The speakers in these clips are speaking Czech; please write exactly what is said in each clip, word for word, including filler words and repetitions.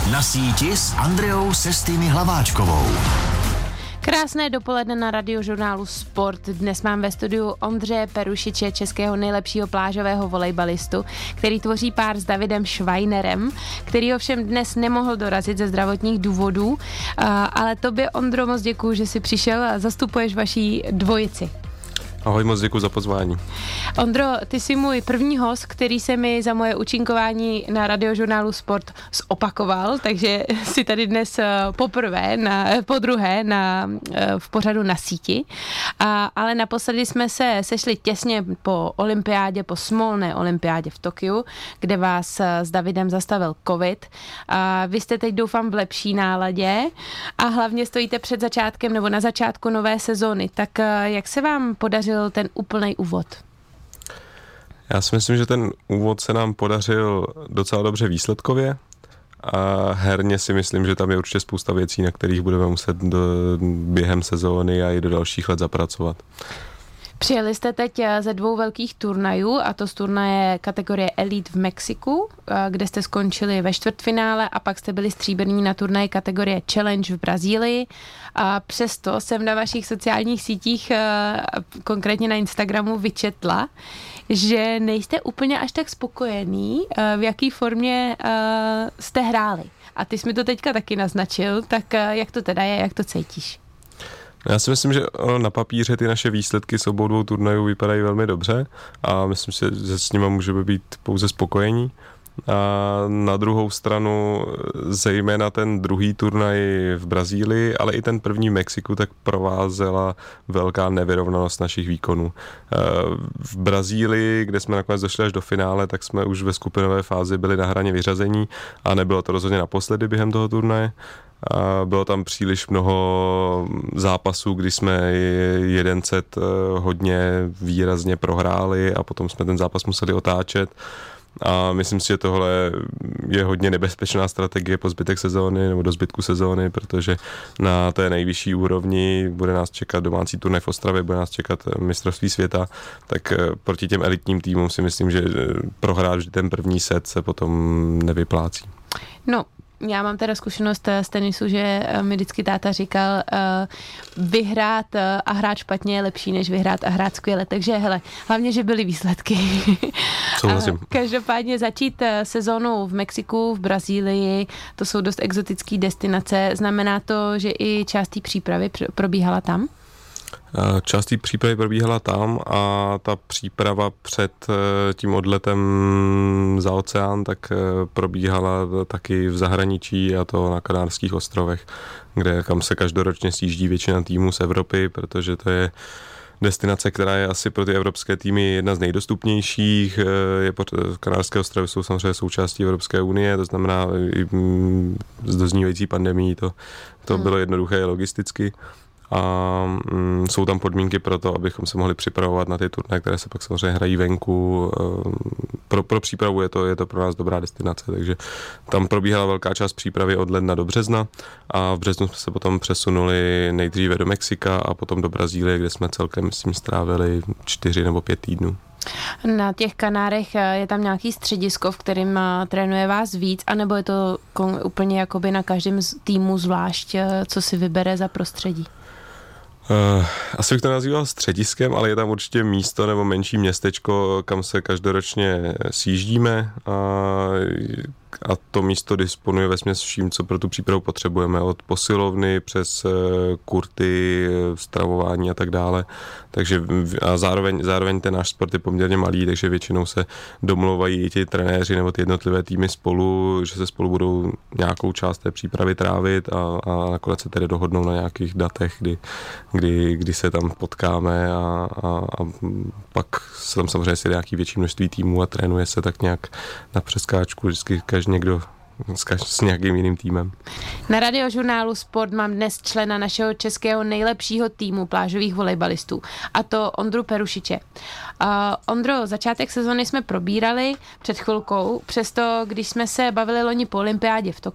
Na síti s Andreou Sestými Hlaváčkovou. Krásné dopoledne na Radiožurnálu Sport. Dnes mám ve studiu Ondřeje Perušiče, českého nejlepšího plážového volejbalistu, který tvoří pár s Davidem Švajnerem, který ovšem dnes nemohl dorazit ze zdravotních důvodů, ale tobě, Ondro, moc děkuju, že jsi přišel a zastupuješ vaší dvojici. Ahoj, moc děkuji za pozvání. Ondro, ty jsi můj první host, který se mi za moje účinkování na Radiožurnálu Sport zopakoval, takže jsi tady dnes poprvé, na, podruhé na, v pořadu Na síti. A, ale naposledy jsme se sešli těsně po olympiádě, po smolné olympiádě v Tokiu, kde vás s Davidem zastavil covid. A vy jste teď, doufám, v lepší náladě a hlavně stojíte před začátkem nebo na začátku nové sezóny. Tak jak se vám podařil ten úplný úvod? Já si myslím, že ten úvod se nám podařil docela dobře výsledkově a herně si myslím, že tam je určitě spousta věcí, na kterých budeme muset do, během sezóny a i do dalších let zapracovat. Přijeli jste teď ze dvou velkých turnajů, a to z turnaje kategorie Elite v Mexiku, kde jste skončili ve čtvrtfinále, a pak jste byli stříbrní na turnaji kategorie Challenge v Brazílii. A přesto jsem na vašich sociálních sítích, konkrétně na Instagramu, vyčetla, že nejste úplně až tak spokojený, v jaký formě jste hráli. A ty jsi mi to teďka taky naznačil, tak jak to teda je, jak to cítíš? Já si myslím, že na papíře ty naše výsledky s obou dvou turnajů vypadají velmi dobře a myslím si, že s nimi můžeme být pouze spokojení. A na druhou stranu zejména ten druhý turnaj v Brazílii, ale i ten první v Mexiku, tak provázela velká nevyrovnanost našich výkonů. V Brazílii, kde jsme nakonec došli až do finále, tak jsme už ve skupinové fázi byli na hraně vyřazení a nebylo to rozhodně naposledy během toho turnaje. A bylo tam příliš mnoho zápasů, kdy jsme jeden set hodně výrazně prohráli a potom jsme ten zápas museli otáčet. A myslím si, že tohle je hodně nebezpečná strategie po zbytek sezóny nebo do zbytku sezóny, protože na té nejvyšší úrovni bude nás čekat domácí turnaj v Ostravě, bude nás čekat mistrovství světa, tak proti těm elitním týmům si myslím, že prohrát vždy ten první set se potom nevyplácí. No, já mám teda zkušenost z tenisu, že mi vždycky táta říkal, vyhrát a hrát špatně je lepší, než vyhrát a hrát skvěle. Takže hele, hlavně, že byly výsledky. Souhlasím. Každopádně začít sezónu v Mexiku, v Brazílii, to jsou dost exotické destinace. Znamená to, že i část té přípravy probíhala tam? Část té přípravy probíhala tam a ta příprava před tím odletem za oceán tak probíhala taky v zahraničí, a to na Kanárských ostrovech, kde kam se každoročně sjíždí většina týmů z Evropy, protože to je destinace, která je asi pro ty evropské týmy jedna z nejdostupnějších. Je pod, Kanárské ostrovy jsou samozřejmě součástí Evropské unie, to znamená i s doznívající pandemií to, to hmm. bylo jednoduché logisticky. A mm, jsou tam podmínky pro to, abychom se mohli připravovat na ty turnaje, které se pak samozřejmě hrají venku. Pro, pro přípravu je to, je to pro nás dobrá destinace, takže tam probíhala velká část přípravy od ledna do března a v březnu jsme se potom přesunuli nejdříve do Mexika a potom do Brazílie, kde jsme celkem, myslím, strávili čtyři nebo pět týdnů. Na těch Kanárech je tam nějaký středisko, v kterém trénuje vás víc, anebo je to úplně jakoby na každém týmu zvlášť, co si vybere za prostředí? Uh, asi bych to nazýval střediskem, ale je tam určitě místo nebo menší městečko, kam se každoročně sjíždíme a, a to místo disponuje vesměs vším, co pro tu přípravu potřebujeme, od posilovny přes kurty, stravování a tak dále. Takže a zároveň, zároveň ten náš sport je poměrně malý, takže většinou se domlouvají i ti trenéři nebo ty jednotlivé týmy spolu, že se spolu budou nějakou část té přípravy trávit a, a nakonec se tedy dohodnou na nějakých datech, kdy, kdy, kdy se tam potkáme a, a, a pak se tam samozřejmě si nějaký větší množství týmů a trénuje se tak nějak na přeskáčku, vždycky každý někdo s nějakým jiným týmem. Na Radiožurnálu Sport mám dnes člena našeho českého nejlepšího týmu plážových volejbalistů, a to Ondru Perušiče. Uh, Ondro, začátek sezony jsme probírali před chvilkou, přesto když jsme se bavili loni po olympiádě v Tokiu,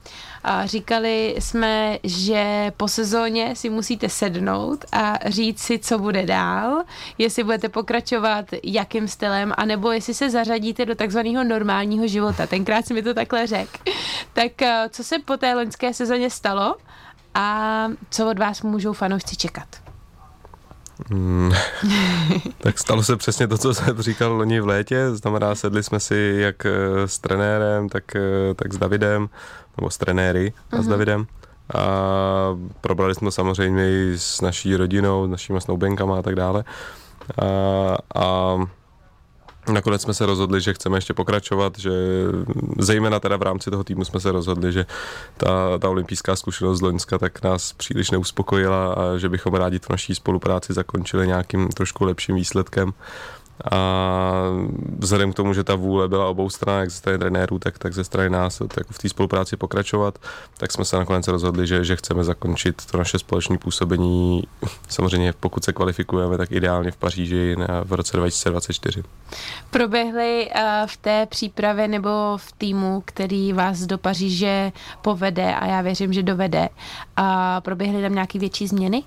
A říkali jsme, že po sezóně si musíte sednout a říct si, co bude dál, jestli budete pokračovat, jakým stylem, anebo jestli se zařadíte do takzvaného normálního života. Tenkrát si mi to takhle řekl. Tak co se po té loňské sezóně stalo a co od vás můžou fanoušci čekat? Hmm. Tak stalo se přesně to, co jsem říkal loni v létě, znamená, sedli jsme si jak s trenérem, tak, tak s Davidem, nebo s trenéry a s Davidem. A probrali jsme to samozřejmě i s naší rodinou, s našimi snoubenkama a tak dále. A, a nakonec jsme se rozhodli, že chceme ještě pokračovat, že zejména teda v rámci toho týmu jsme se rozhodli, že ta, ta olympijská zkušenost z Loňska tak nás příliš neuspokojila a že bychom rádi tu naší spolupráci zakončili nějakým trošku lepším výsledkem. A vzhledem k tomu, že ta vůle byla obou stran, jak ze strany trenérů, tak, tak ze strany nás tak v té spolupráci pokračovat, tak jsme se nakonec rozhodli, že, že chceme zakončit to naše společné působení. Samozřejmě pokud se kvalifikujeme, tak ideálně v Paříži v roce dva tisíce dvacet čtyři. Proběhly uh, v té přípravě nebo v týmu, který vás do Paříže povede a já věřím, že dovede, a proběhly tam nějaké větší změny?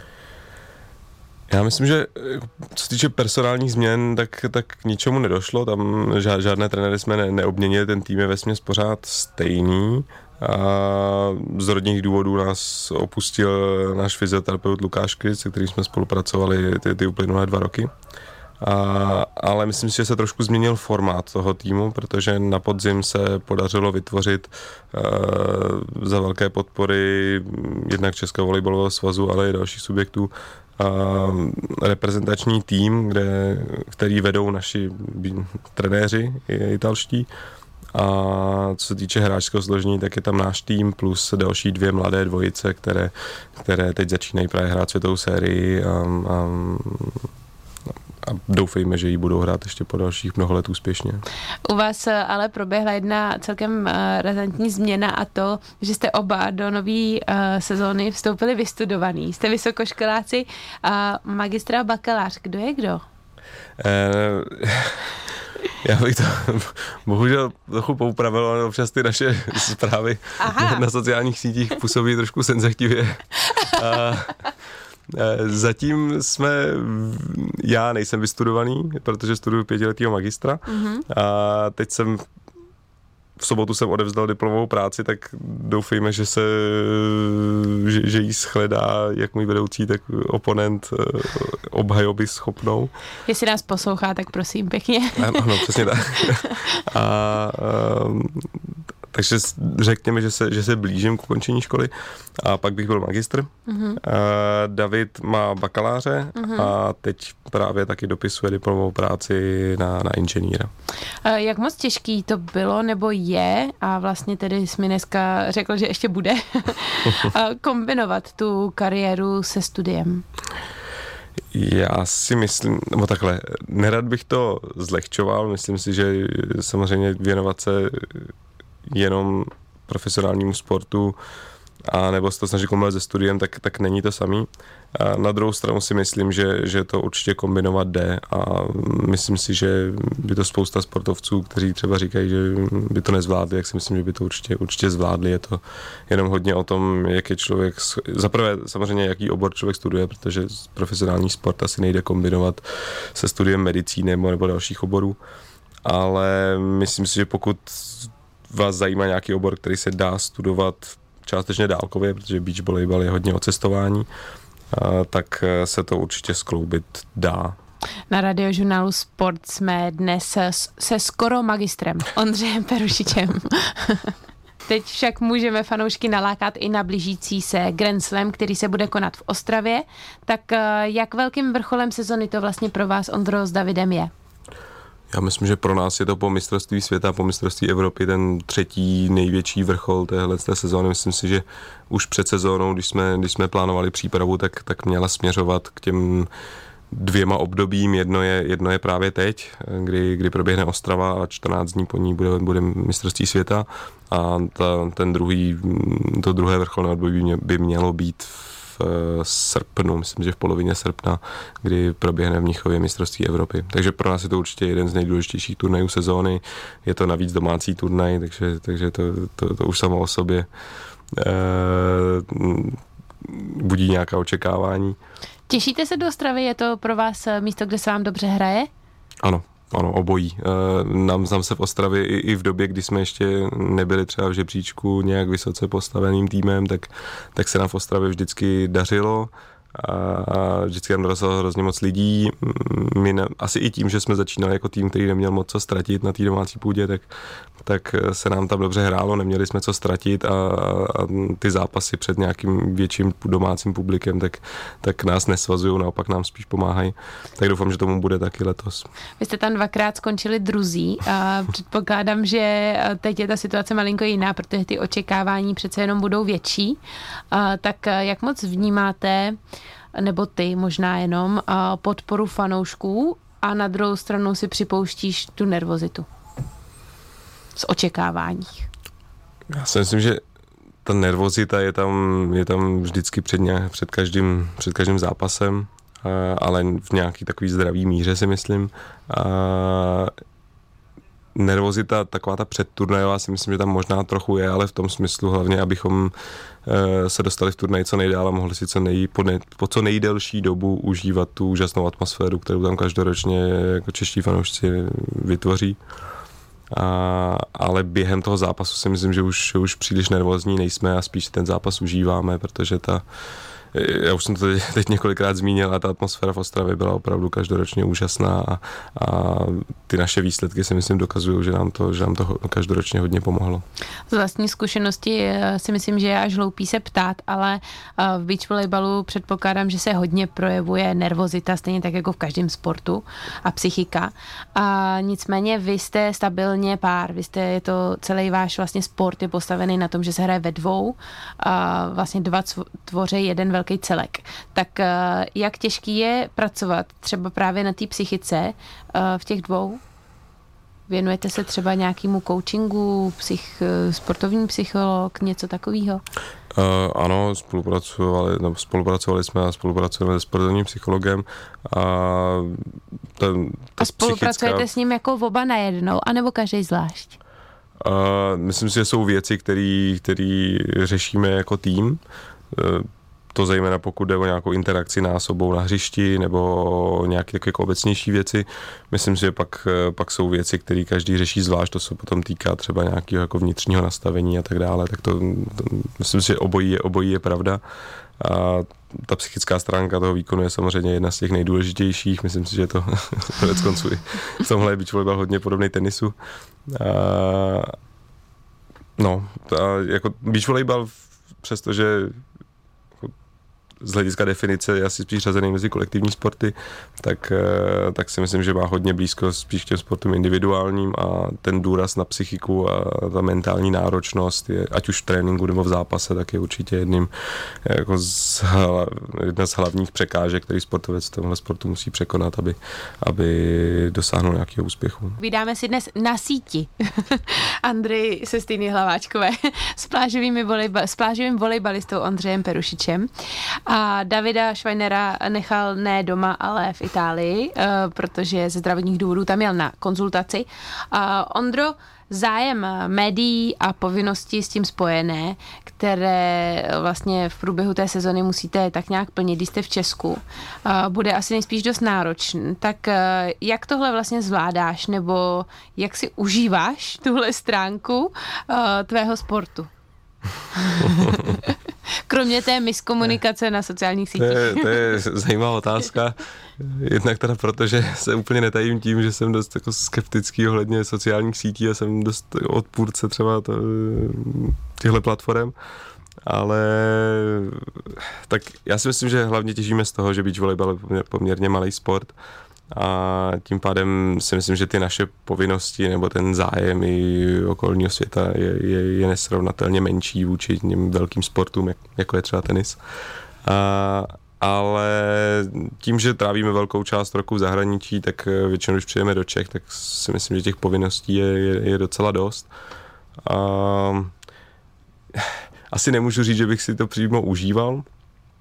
Já myslím, že co se týče personálních změn, tak, tak k ničemu nedošlo. Tam žádné trenéry jsme ne, neobměnili, ten tým je vesměs pořád stejný. A z rodinných důvodů nás opustil náš fyzioterapeut Lukáš Kryc, se kterým jsme spolupracovali ty, ty uplynulé dva roky. A, ale myslím si, že se trošku změnil formát toho týmu, protože na podzim se podařilo vytvořit uh, za velké podpory jednak Českého volejbalového svazu, ale i dalších subjektů uh, reprezentační tým, kde, který vedou naši trenéři italští. A co se týče hráčského složení, tak je tam náš tým plus další dvě mladé dvojice, které, které teď začínají právě hrát světovou sérii a, a a doufejme, že ji budou hrát ještě po dalších mnoho let úspěšně. U vás ale proběhla jedna celkem razantní změna, a to, že jste oba do nové uh, sezóny vstoupili vystudovaný. Jste vysokoškoláci a magistra a bakalář. Kdo je kdo? Eh, já bych to bohužel trochu poupravil, ale občas ty naše zprávy Aha. na sociálních sítích působí trošku senzativě. A zatím jsme, já nejsem vystudovaný, protože studuju pětiletýho magistra mm-hmm. a teď jsem, v sobotu jsem odevzdal diplomovou práci, tak doufejme, že se, že, že jí shledá jak můj vedoucí, tak oponent obhajoby schopnou. Jestli nás poslouchá, tak prosím pěkně. Ano, přesně tak. A, a takže řekněme, že se, že se blížím k ukončení školy a pak bych byl magistr. Uh-huh. David má bakaláře uh-huh. a teď právě taky dopisuje diplomovou práci na, na inženýra. Jak moc těžký to bylo nebo je, a vlastně tedy jsi mi dneska řekl, že ještě bude, kombinovat tu kariéru se studiem? Já si myslím, nebo takhle, nerad bych to zlehčoval, myslím si, že samozřejmě věnovat se jenom profesionálnímu sportu a nebo se to snaží kombinovat se studiem, tak, tak není to samý. A na druhou stranu si myslím, že, že to určitě kombinovat jde a myslím si, že by to spousta sportovců, kteří třeba říkají, že by to nezvládli, jak si myslím, že by to určitě, určitě zvládli. Je to jenom hodně o tom, jak je člověk, zaprvé samozřejmě jaký obor člověk studuje, protože profesionální sport asi nejde kombinovat se studiem medicíny nebo, nebo dalších oborů, ale myslím si, že pokud vás zajímá nějaký obor, který se dá studovat částečně dálkově, protože beach volejbal je hodně o cestování, tak se to určitě skloubit dá. Na Radiožurnálu Sport jsme dnes se skoro magistrem Ondřejem Perušičem. Teď však můžeme fanoušky nalákat i na blížící se Grand Slam, který se bude konat v Ostravě. Tak jak velkým vrcholem sezony to vlastně pro vás, Ondro, s Davidem je? Já myslím, že pro nás je to po mistrovství světa, po mistrovství Evropy ten třetí největší vrchol téhle sezóny. Myslím si, že už před sezónou, když jsme, když jsme plánovali přípravu, tak, tak měla směřovat k těm dvěma obdobím. Jedno je, jedno je právě teď, kdy, kdy proběhne Ostrava a čtrnáct dní po ní bude, bude mistrovství světa a ta, ten druhý, to druhé vrcholné období by mělo být v srpnu, myslím, že v polovině srpna, kdy proběhne v Mnichově mistrovství Evropy. Takže pro nás je to určitě jeden z nejdůležitějších turnajů sezóny. Je to navíc domácí turnaj, takže, takže to, to, to už samo o sobě eh, budí nějaká očekávání. Těšíte se do Ostravy? Je to pro vás místo, kde se vám dobře hraje? Ano. Ano, obojí. Nám znám se v Ostravě i, i v době, kdy jsme ještě nebyli třeba v žebříčku nějak vysoce postaveným týmem, tak, tak se nám v Ostravě vždycky dařilo a vždycky nám dorazilo hrozně moc lidí. My ne, asi i tím, že jsme začínali jako tým, který neměl moc co ztratit na té domácí půdě, tak, tak se nám tam dobře hrálo, neměli jsme co ztratit a, a ty zápasy před nějakým větším domácím publikem, tak, tak nás nesvazují, naopak nám spíš pomáhají. Tak doufám, že tomu bude taky letos. Vy jste tam dvakrát skončili druzí a předpokládám, že teď je ta situace malinko jiná, protože ty očekávání přece jenom budou větší. A tak jak moc vnímáte, nebo ty možná jenom, podporu fanoušků a na druhou stranu si připouštíš tu nervozitu z očekávání? Já si myslím, že ta nervozita je tam, je tam vždycky před, nějak, před, každým, před každým zápasem, ale v nějaký takový zdravý míře si myslím. A nervozita, taková ta předturnajová, si myslím, že tam možná trochu je, ale v tom smyslu hlavně, abychom se dostali v turnaji co nejdál a mohli si co nej, po, ne, po co nejdelší dobu užívat tu úžasnou atmosféru, kterou tam každoročně jako čeští fanoušci vytvoří. A, ale během toho zápasu si myslím, že už, už příliš nervózní nejsme a spíš ten zápas užíváme, protože ta já už jsem to teď, teď několikrát zmínil a ta atmosféra v Ostravě byla opravdu každoročně úžasná a, a ty naše výsledky si myslím dokazují, že nám to, že nám to každoročně hodně pomohlo. Z vlastní zkušenosti si myslím, že je až hloupý se ptát, ale v beach volejbalu předpokládám, že se hodně projevuje nervozita, stejně tak jako v každém sportu a psychika. A nicméně vy jste stabilně pár, vy jste, je to celý váš vlastně sport je postavený na tom, že se hraje ve dvou a vlastně dva tvoří jeden velký celek. Tak jak těžký je pracovat třeba právě na té psychice v těch dvou? Věnujete se třeba nějakému coachingu, psych, sportovní psycholog, něco takového? Uh, ano, spolupracovali, no, spolupracovali jsme a spolupracujeme se sportovním psychologem. A, ten, a spolupracujete psychická... s ním jako oba najednou, anebo každý zvlášť? Uh, myslím si, že jsou věci, které řešíme jako tým. Uh, To zejména pokud jde o nějakou interakci násobou na hřišti nebo nějaké jako obecnější věci. Myslím si, že pak, pak jsou věci, které každý řeší zvlášť, to se potom týká třeba nějakého jako vnitřního nastavení a tak dále. Tak to, to myslím si, že obojí je, obojí je pravda. A ta psychická stránka toho výkonu je samozřejmě jedna z těch nejdůležitějších. Myslím si, že to konec konců v tomhle je beach volejbal hodně podobný tenisu. A, no, a jako beach volejbal, přestože z hlediska definice je asi spíš řazený mezi kolektivní sporty, tak, tak si myslím, že má hodně blízko spíš k těm sportům individuálním a ten důraz na psychiku a ta mentální náročnost, je, ať už v tréninku nebo v zápase, tak je určitě jedním jako z, jedna z hlavních překážek, který sportovec v tomhle sportu musí překonat, aby, aby dosáhnul nějakého úspěchu. Vydáme si dnes na síti Andrej Sestýny Hlaváčkové s plážovým, volejba, s plážovým volejbalistou Ondřejem Perušičem. A Davida Švajnera nechal ne doma, ale v Itálii, protože ze zdravotních důvodů tam jel na konzultaci. Ondro, zájem médií a povinnosti s tím spojené, které vlastně v průběhu té sezony musíte tak nějak plnit, když jste v Česku, bude asi nejspíš dost náročný. Tak jak tohle vlastně zvládáš, nebo jak si užíváš tuhle stránku tvého sportu? Kromě té miskomunikace na sociálních sítích. To je, to je zajímavá otázka. Jednak teda proto, že se úplně netajím tím, že jsem dost jako skeptický ohledně sociálních sítí a jsem dost odpůrce třeba to, těchto platform. Ale tak já si myslím, že hlavně těžíme z toho, že beach volejbal je poměrně malý sport a tím pádem si myslím, že ty naše povinnosti nebo ten zájem i okolního světa je, je, je nesrovnatelně menší vůči těm velkým sportům, jak, jako je třeba tenis. A, ale tím, že trávíme velkou část roku v zahraničí, tak většinou, když přijeme do Čech, tak si myslím, že těch povinností je, je, je docela dost. A asi nemůžu říct, že bych si to přímo užíval,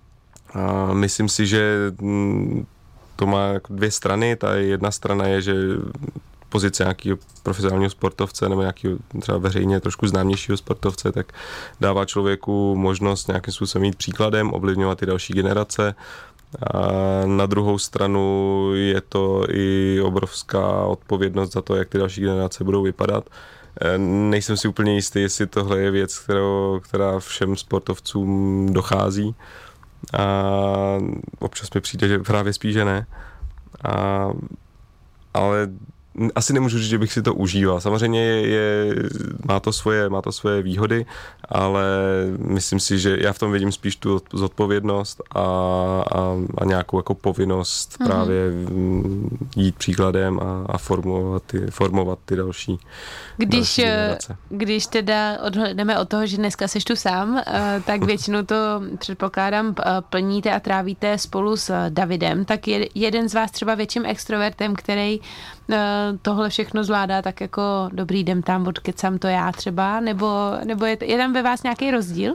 A myslím si, že to má jako dvě strany. Ta jedna strana je, že pozice nějakého profesionálního sportovce nebo nějakého třeba veřejně trošku známějšího sportovce, tak dává člověku možnost nějakým způsobem jít příkladem, ovlivňovat i další generace. A na druhou stranu je to i obrovská odpovědnost za to, jak ty další generace budou vypadat. Nejsem si úplně jistý, jestli tohle je věc, kterou, která všem sportovcům dochází. A občas mi přijde, že právě spíš, že ne. A, ale asi nemůžu říct, že bych si to užíval. Samozřejmě je, je, má, to svoje, má to svoje výhody, ale myslím si, že já v tom vidím spíš tu zodpovědnost a, a, a nějakou jako povinnost mm-hmm. právě jít příkladem a, a formovat, ty, formovat ty další Když, další generace. Když teda odhledneme od toho, že dneska seš tu sám, tak většinou to předpokládám plníte a trávíte spolu s Davidem, tak je jeden z vás třeba větším extrovertem, který tohle všechno zvládá tak jako dobrý, jdem tam, odkecám to já třeba, nebo, nebo je, je tam ve vás nějaký rozdíl?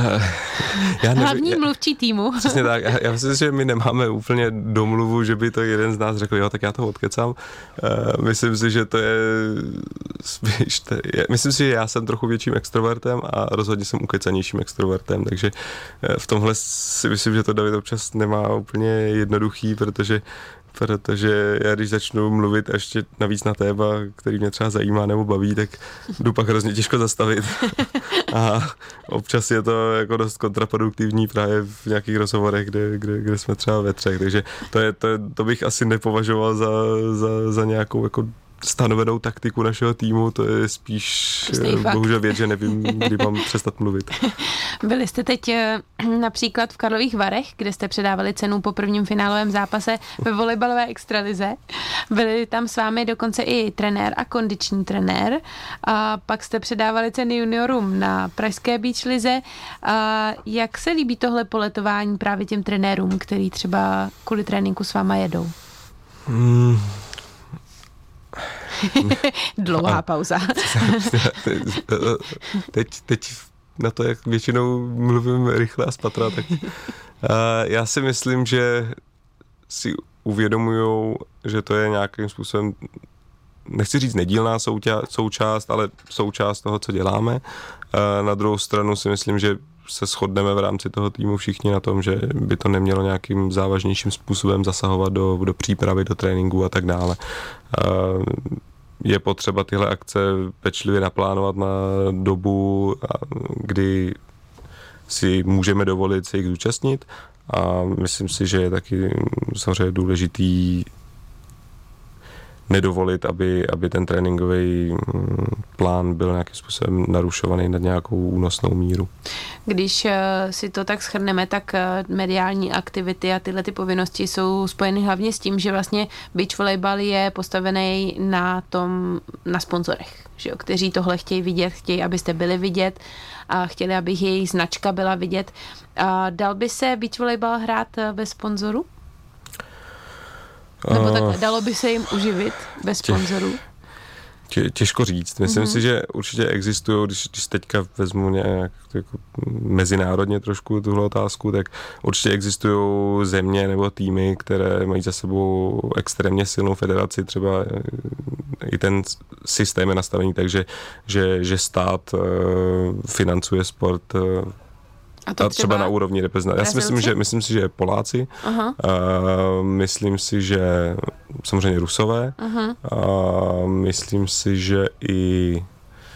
Já nevím, Hlavní já, mluvčí týmu. Přesně tak. Já, já myslím, že my nemáme úplně domluvu, že by to jeden z nás řekl, jo, tak já to odkecám. Uh, myslím si, že to je spíš, to je, myslím si, že já jsem trochu větším extrovertem a rozhodně jsem ukecanějším extrovertem, takže uh, v tomhle si myslím, že to David občas nemá úplně jednoduchý, protože protože já když začnu mluvit ještě navíc na téma, který mě třeba zajímá nebo baví, tak jdu pak hrozně těžko zastavit. A občas je to jako dost kontraproduktivní právě v nějakých rozhovorech, kde, kde, kde jsme třeba ve třech, takže to, je, to, je, to bych asi nepovažoval za, za, za nějakou jako stanovenou taktiku našeho týmu, to je spíš bohužel věc, že nevím, kdy mám přestat mluvit. Byli jste teď například v Karlových Varech, kde jste předávali cenu po prvním finálovém zápase ve volejbalové extralize. Byli tam s vámi dokonce i trenér a kondiční trenér a pak jste předávali ceny juniorům na pražské beach lize. A jak se líbí tohle poletování právě těm trenérům, který třeba kvůli tréninku s váma jedou? Hmm. Dlouhá pauza. teď, teď na to, jak většinou mluvím rychle a spatra, tak uh, já si myslím, že si uvědomujou, že to je nějakým způsobem, nechci říct nedílná součást, ale součást toho, co děláme. Uh, na druhou stranu si myslím, že se shodneme v rámci toho týmu všichni na tom, že by to nemělo nějakým závažnějším způsobem zasahovat do, do přípravy, do tréninku a tak dále. Uh, je potřeba tyhle akce pečlivě naplánovat na dobu, kdy si můžeme dovolit se jich zúčastnit a myslím si, že je taky samozřejmě důležitý nedovolit, aby, aby ten tréninkový plán byl nějakým způsobem narušovaný na nějakou únosnou míru. Když si to tak shrneme, tak mediální aktivity a tyhle ty povinnosti jsou spojeny hlavně s tím, že vlastně beach volejbal je postavený na tom, na sponzorech, že jo, kteří tohle chtějí vidět, chtějí, abyste byli vidět a chtěli, aby jejich značka byla vidět. A dal by se beach volejbal hrát bez sponzoru? Nebo tak dalo by se jim uživit bez sponzorů? Tě, těžko říct. Myslím mm-hmm. si, že určitě existují, když, když teďka vezmu nějak jako mezinárodně trošku tuhle otázku, tak určitě existují země nebo týmy, které mají za sebou extrémně silnou federaci, třeba i ten systém je nastavený tak, že, že, že stát uh, financuje sport uh, a to třeba, třeba na úrovni reprezentace. Já si myslím, že myslím si, že Poláci. Uh, myslím si, že samozřejmě Rusové. Uh, myslím si, že i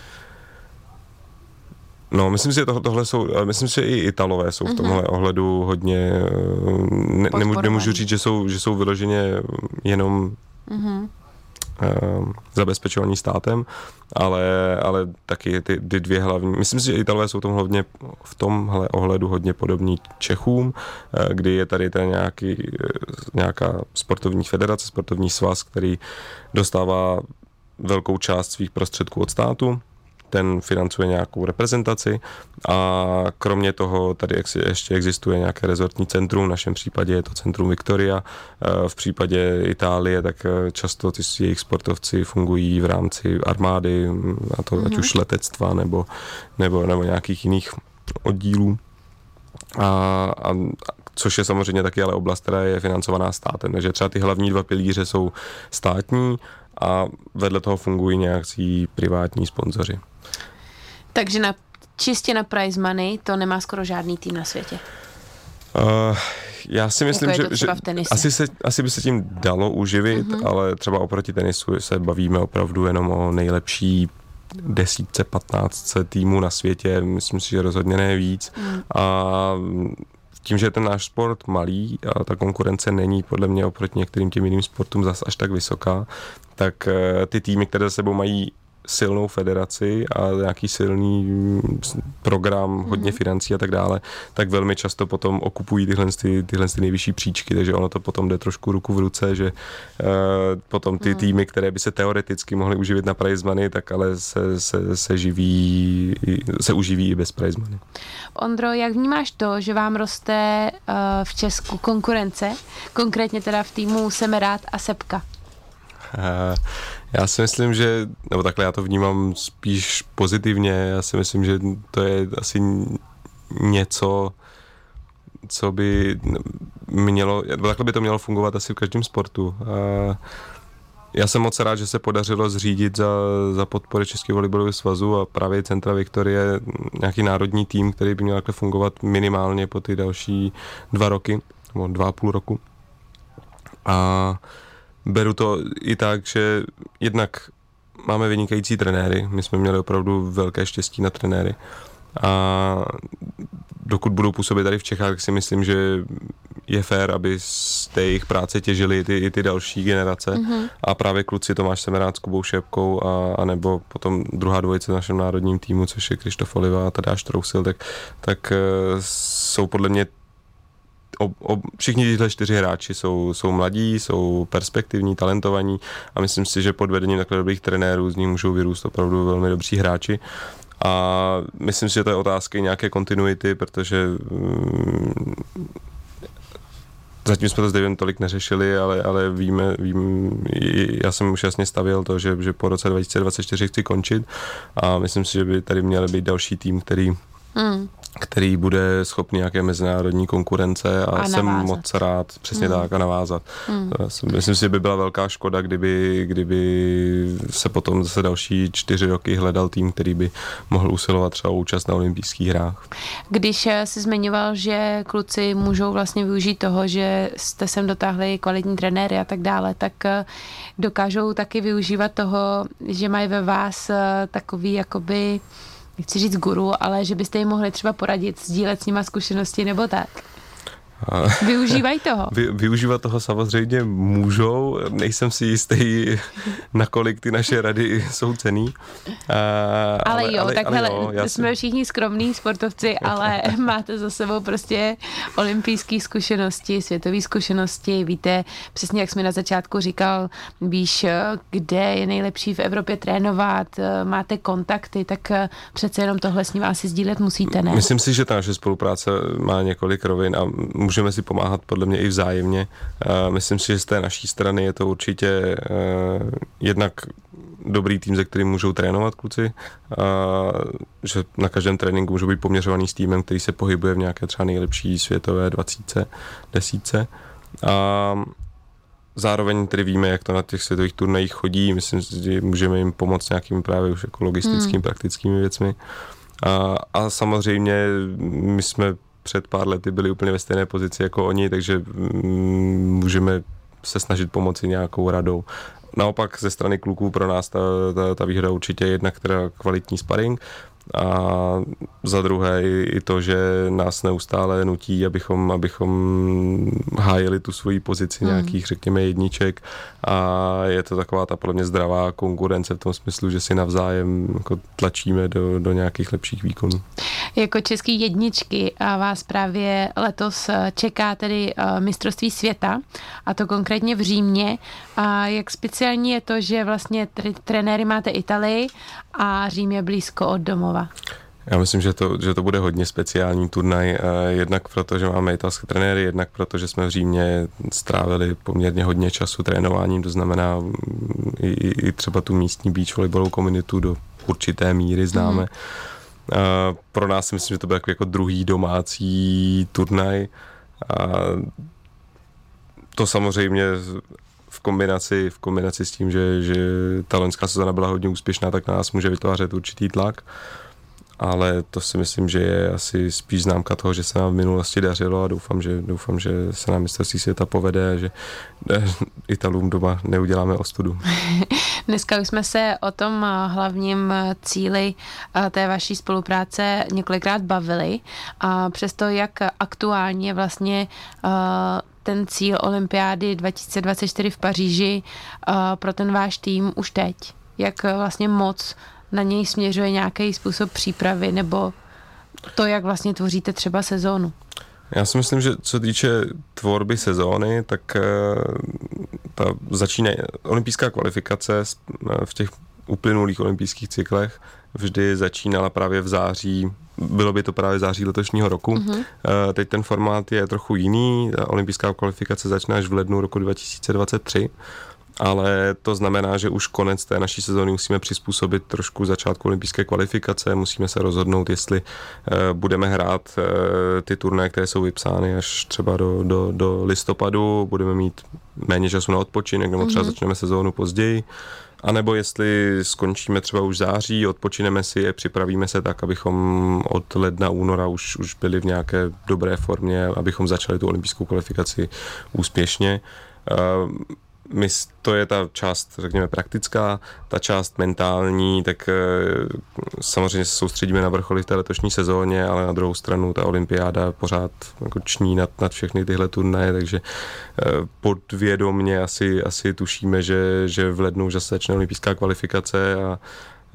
no, myslím si, že tohle, tohle jsou, myslím si, že i Italové jsou v tomhle uh-huh. ohledu hodně, ne, nemůžu, nemůžu říct, že jsou, že jsou vyloženě jenom uh-huh. uh, zabezpečovaní státem, ale, ale taky ty, ty dvě hlavní. Myslím si, že Italové jsou v tom hlavně, v tomhle ohledu hodně podobní Čechům, kdy je tady ten nějaký, nějaká sportovní federace, sportovní svaz, který dostává velkou část svých prostředků od státu. Ten financuje nějakou reprezentaci a kromě toho tady ještě existuje nějaké rezortní centrum, v našem případě je to centrum Victoria, v případě Itálie tak často ty jejich sportovci fungují v rámci armády, a to mm-hmm. ať už letectva nebo, nebo, nebo nějakých jiných oddílů. A, a což je samozřejmě taky ale oblast, která je financovaná státem. Takže třeba ty hlavní dva pilíře jsou státní a vedle toho fungují nějaký privátní sponzoři. Takže na, čistě na prize money to nemá skoro žádný tým na světě. Uh, já si myslím, jako že, že asi, se, asi by se tím dalo uživit, uh-huh. ale třeba oproti tenisu se bavíme opravdu jenom o nejlepší desítce, patnáctce týmů na světě, myslím si, že rozhodně ne víc. Uh-huh. A tím, že je ten náš sport malý a ta konkurence není podle mě oproti některým těm jiným sportům zas až tak vysoká, tak ty týmy, které za sebou mají silnou federaci a nějaký silný program, hodně financí a tak dále, tak velmi často potom okupují tyhle, ty, tyhle ty nejvyšší příčky, takže ono to potom jde trošku ruku v ruce, že uh, potom ty týmy, které by se teoreticky mohly uživit na prize money, tak ale se, se, se živí, se uživí i bez prize money. Ondro, jak vnímáš to, že vám roste uh, v Česku konkurence, konkrétně teda v týmu Semerád a Sepka? Já si myslím, že, nebo takhle já to vnímám spíš pozitivně, já si myslím, že to je asi něco, co by mělo, takhle by to mělo fungovat asi v každém sportu. Já jsem moc rád, že se podařilo zřídit za, za podpory Českého volejbalového svazu a právě Centra Viktorie nějaký národní tým, který by měl takhle fungovat minimálně po ty další dva roky, nebo dva a půl roku. A beru to i tak, že jednak máme vynikající trenéry, my jsme měli opravdu velké štěstí na trenéry a dokud budou působit tady v Čechách, tak si myslím, že je fér, aby z té jejich práce těžili ty, i ty další generace mm-hmm. a právě kluci Tomáš Semerád s Kubou Šepkou a, a nebo potom druhá dvojice v našem národním týmu, což je Krištof Oliva a Tadáš Trousil, tak, tak jsou podle mě O, o, všichni tyhle čtyři hráči jsou, jsou mladí, jsou perspektivní, talentovaní a myslím si, že pod vedením takhle dobrých trenérů z nich můžou vyrůst opravdu velmi dobří hráči. A myslím si, že to je otázka nějaké kontinuity, protože mm, zatím jsme to s Davem tolik neřešili, ale, ale víme, vím, já jsem už jasně stavěl to, že, že po roce dva tisíce dvacet čtyři chci končit a myslím si, že by tady měl být další tým, který mm. který bude schopný nějaké mezinárodní konkurence a, a jsem moc rád přesně mm. tak a navázat. Mm. Myslím si, že by byla velká škoda, kdyby, kdyby se potom zase další čtyři roky hledal tým, který by mohl usilovat třeba účast na olympijských hrách. Když jsi zmiňoval, že kluci můžou vlastně využít toho, že jste sem dotáhli kvalitní trenéry a tak dále, tak dokážou taky využívat toho, že mají ve vás takový jakoby nechci říct guru, ale že byste jim mohli třeba poradit, sdílet s nima zkušenosti nebo tak. Využívají toho. Vy, využívat toho samozřejmě můžou, nejsem si jistý, nakolik ty naše rady jsou cenný. A, ale, ale jo, ale, tak ale hele, jo, jsme všichni skromní sportovci, ale máte za sebou prostě olympijské zkušenosti, světové zkušenosti, víte přesně, jak jsme na začátku říkal, víš, kde je nejlepší v Evropě trénovat, máte kontakty, tak přece jenom tohle s ním asi sdílet musíte, ne? Myslím si, že ta naše spolupráce má několik rovin a můžeme si pomáhat podle mě i vzájemně. Myslím si, že z té naší strany je to určitě jednak dobrý tým, ze kterým můžou trénovat kluci, že na každém tréninku můžou být poměřovaný s týmem, který se pohybuje v nějaké třeba nejlepší světové dvacítce, desítce. A zároveň tedy víme, jak to na těch světových turnajích chodí. Myslím si, že můžeme jim pomoct nějakými právě už jako logistickými, hmm. praktickými věcmi. A, a samozřejmě my jsme před pár lety byli úplně ve stejné pozici jako oni, takže můžeme se snažit pomoci nějakou radou. Naopak ze strany kluků pro nás ta, ta, ta výhoda určitě je jednak teda kvalitní sparring a za druhé i to, že nás neustále nutí, abychom, abychom hájili tu svoji pozici hmm. nějakých, řekněme, jedniček a je to taková ta podle mě zdravá konkurence v tom smyslu, že si navzájem jako tlačíme do, do nějakých lepších výkonů. Jako český jedničky a vás právě letos čeká tedy mistrovství světa a to konkrétně v Římě. A jak speciální je to, že vlastně trenéry máte Italii a Řím je blízko od domova? Já myslím, že to, že to bude hodně speciální turnaj, jednak proto, že máme italské trenéry, jednak proto, že jsme v Římě strávili poměrně hodně času trénováním, to znamená i, i třeba tu místní beach volejbalovou komunitu do určité míry známe. Mm. Pro nás si myslím, že to bude jako druhý domácí turnaj A to samozřejmě v kombinaci, v kombinaci s tím, že, že ta loňská sezona byla hodně úspěšná, tak na nás může vytvářet určitý tlak. Ale to si myslím, že je asi spíš známka toho, že se nám v minulosti dařilo a doufám, že, doufám, že se nám mistrovství světa povede a že Italům doma neuděláme ostudu. Dneska už jsme se o tom hlavním cíli té vaší spolupráce několikrát bavili a přesto, jak aktuálně vlastně ten cíl olympiády dva tisíce dvacet čtyři v Paříži pro ten váš tým už teď, jak vlastně moc na něj směřuje nějaký způsob přípravy nebo to, jak vlastně tvoříte třeba sezónu? Já si myslím, že co týče tvorby sezóny, tak ta začíná olympijská kvalifikace v těch uplynulých olympijských cyklech vždy začínala právě v září, bylo by to právě září letošního roku. Mm-hmm. Teď ten formát je trochu jiný, olympijská kvalifikace začíná až v lednu roku dva tisíce dvacet tři. Ale to znamená, že už konec té naší sezóny musíme přizpůsobit trošku začátku olympijské kvalifikace, musíme se rozhodnout, jestli uh, budeme hrát uh, ty turnaje, které jsou vypsány až třeba do, do, do listopadu, budeme mít méně času na odpočinek, nebo třeba mm-hmm. začneme sezónu později, anebo jestli skončíme třeba už září, odpočineme si, připravíme se tak, abychom od ledna, února už, už byli v nějaké dobré formě, abychom začali tu olympijskou kvalifikaci úspěšně. Uh, My, to je ta část, řekněme, praktická, ta část mentální, tak e, samozřejmě se soustředíme na vrcholy v té letošní sezóně, ale na druhou stranu ta olympiáda pořád jako ční nad, nad všechny tyhle turnaje, takže e, podvědomně asi, asi tušíme, že, že v lednu už zase začne olympijská kvalifikace a, a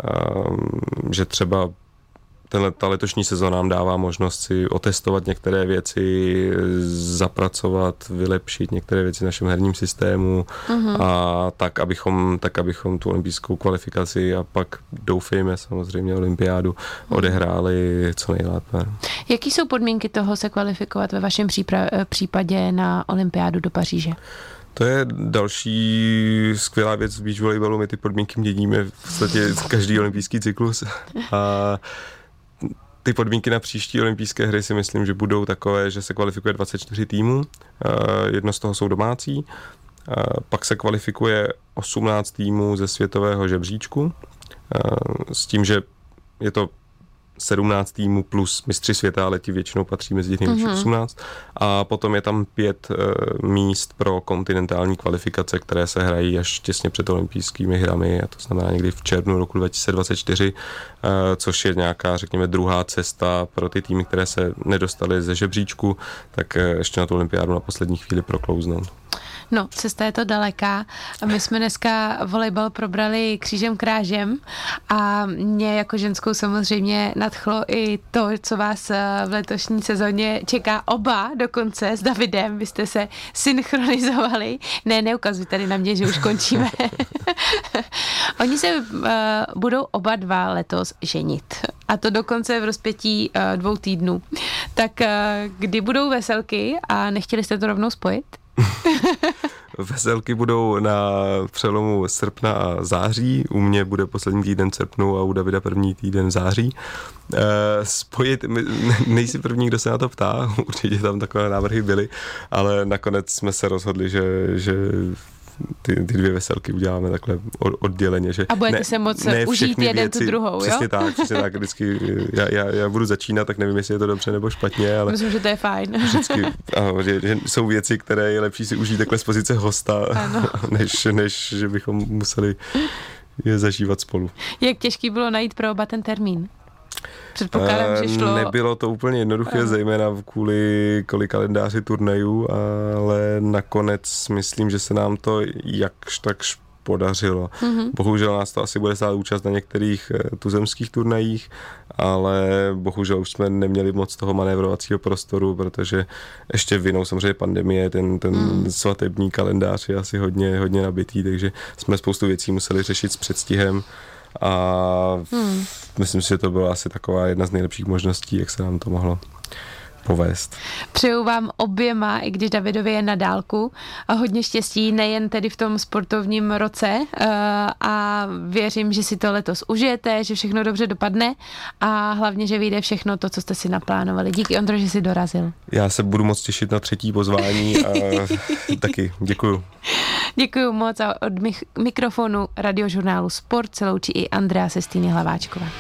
že třeba tenhle, ta letošní sezóna nám dává možnost si otestovat některé věci, zapracovat, vylepšit některé věci v našem herním systému mm-hmm. a tak abychom, tak, abychom tu olympijskou kvalifikaci a pak doufejme samozřejmě olympiádu odehráli co nejlépe. Jaký jsou podmínky toho se kvalifikovat ve vašem přípra- případě na olympiádu do Paříže? To je další skvělá věc v beach volleyballu, my ty podmínky měníme v podstatě každý olympijský cyklus a ty podmínky na příští olympijské hry si myslím, že budou takové, že se kvalifikuje dvacet čtyři týmů, jedno z toho jsou domácí, pak se kvalifikuje osmnáct týmů ze světového žebříčku, s tím, že je to sedmnáct týmů plus mistři světa, ale ti většinou patří mezi těch nejlepších mm-hmm. osmnáct. A potom je tam pět uh, míst pro kontinentální kvalifikace, které se hrají až těsně před olympijskými hrami, a to znamená někdy v červnu roku dva tisíce dvacet čtyři, uh, což je nějaká, řekněme, druhá cesta pro ty týmy, které se nedostaly ze žebříčku, tak uh, ještě na tu olympiádu na poslední chvíli proklouznout. No, cesta je to daleká. My jsme dneska volejbal probrali křížem krážem a mě jako ženskou samozřejmě nadchlo i to, co vás v letošní sezóně čeká oba dokonce s Davidem. Vy jste se synchronizovali. Ne, neukazuj tady na mě, že už končíme. Oni se uh, budou oba dva letos ženit. A to dokonce v rozpětí uh, dvou týdnů. Tak uh, kdy budou veselky a nechtěli jste to rovnou spojit? Veselky budou na přelomu srpna a září, u mě bude poslední týden srpnu a u Davida první týden září. E, spojit, nejsi první, kdo se na to ptá, určitě tam takové návrhy byly, ale nakonec jsme se rozhodli, že, že ty, ty dvě veselky uděláme takhle odděleně. Že a budete ne, se moc užít jeden věci, tu druhou, přesně jo? tak, přesně tak. Vždycky já, já, já budu začínat, tak nevím, jestli je to dobře nebo špatně, ale myslím, že to je fajn. Vždycky, aha, že, že jsou věci, které je lepší si užít takhle z pozice hosta, než, než že bychom museli je zažívat spolu. Jak těžký bylo najít pro oba ten termín? Předpokládám, že šlo... Nebylo to úplně jednoduché, ano. Zejména kvůli kvůli kalendáři turnajů, ale nakonec myslím, že se nám to jakž takž podařilo. Mm-hmm. Bohužel nás to asi bude stát účast na některých tuzemských turnajích, ale bohužel už jsme neměli moc toho manévrovacího prostoru, protože ještě vinou samozřejmě pandemie, ten, ten mm. svatební kalendář je asi hodně, hodně nabitý, takže jsme spoustu věcí museli řešit s předstihem. A hmm. myslím si, že to byla asi taková jedna z nejlepších možností, jak se nám to mohlo povést. Přeju vám oběma, i když Davidovi je na dálku, a hodně štěstí, nejen tedy v tom sportovním roce, a věřím, že si to letos užijete, že všechno dobře dopadne a hlavně, že vyjde všechno to, co jste si naplánovali. Díky, Ondro, že jsi dorazil. Já se budu moc těšit na třetí pozvání a taky děkuju. Děkuju moc a od mikrofonu Radiožurnálu Sport se loučí i Andrea Sestýny Hlaváčková.